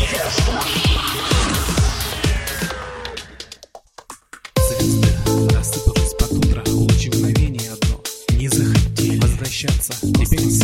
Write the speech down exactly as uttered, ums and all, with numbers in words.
Звезды рассыпались под утро, лучи мгновения одно. Не захотели возвращаться, теперь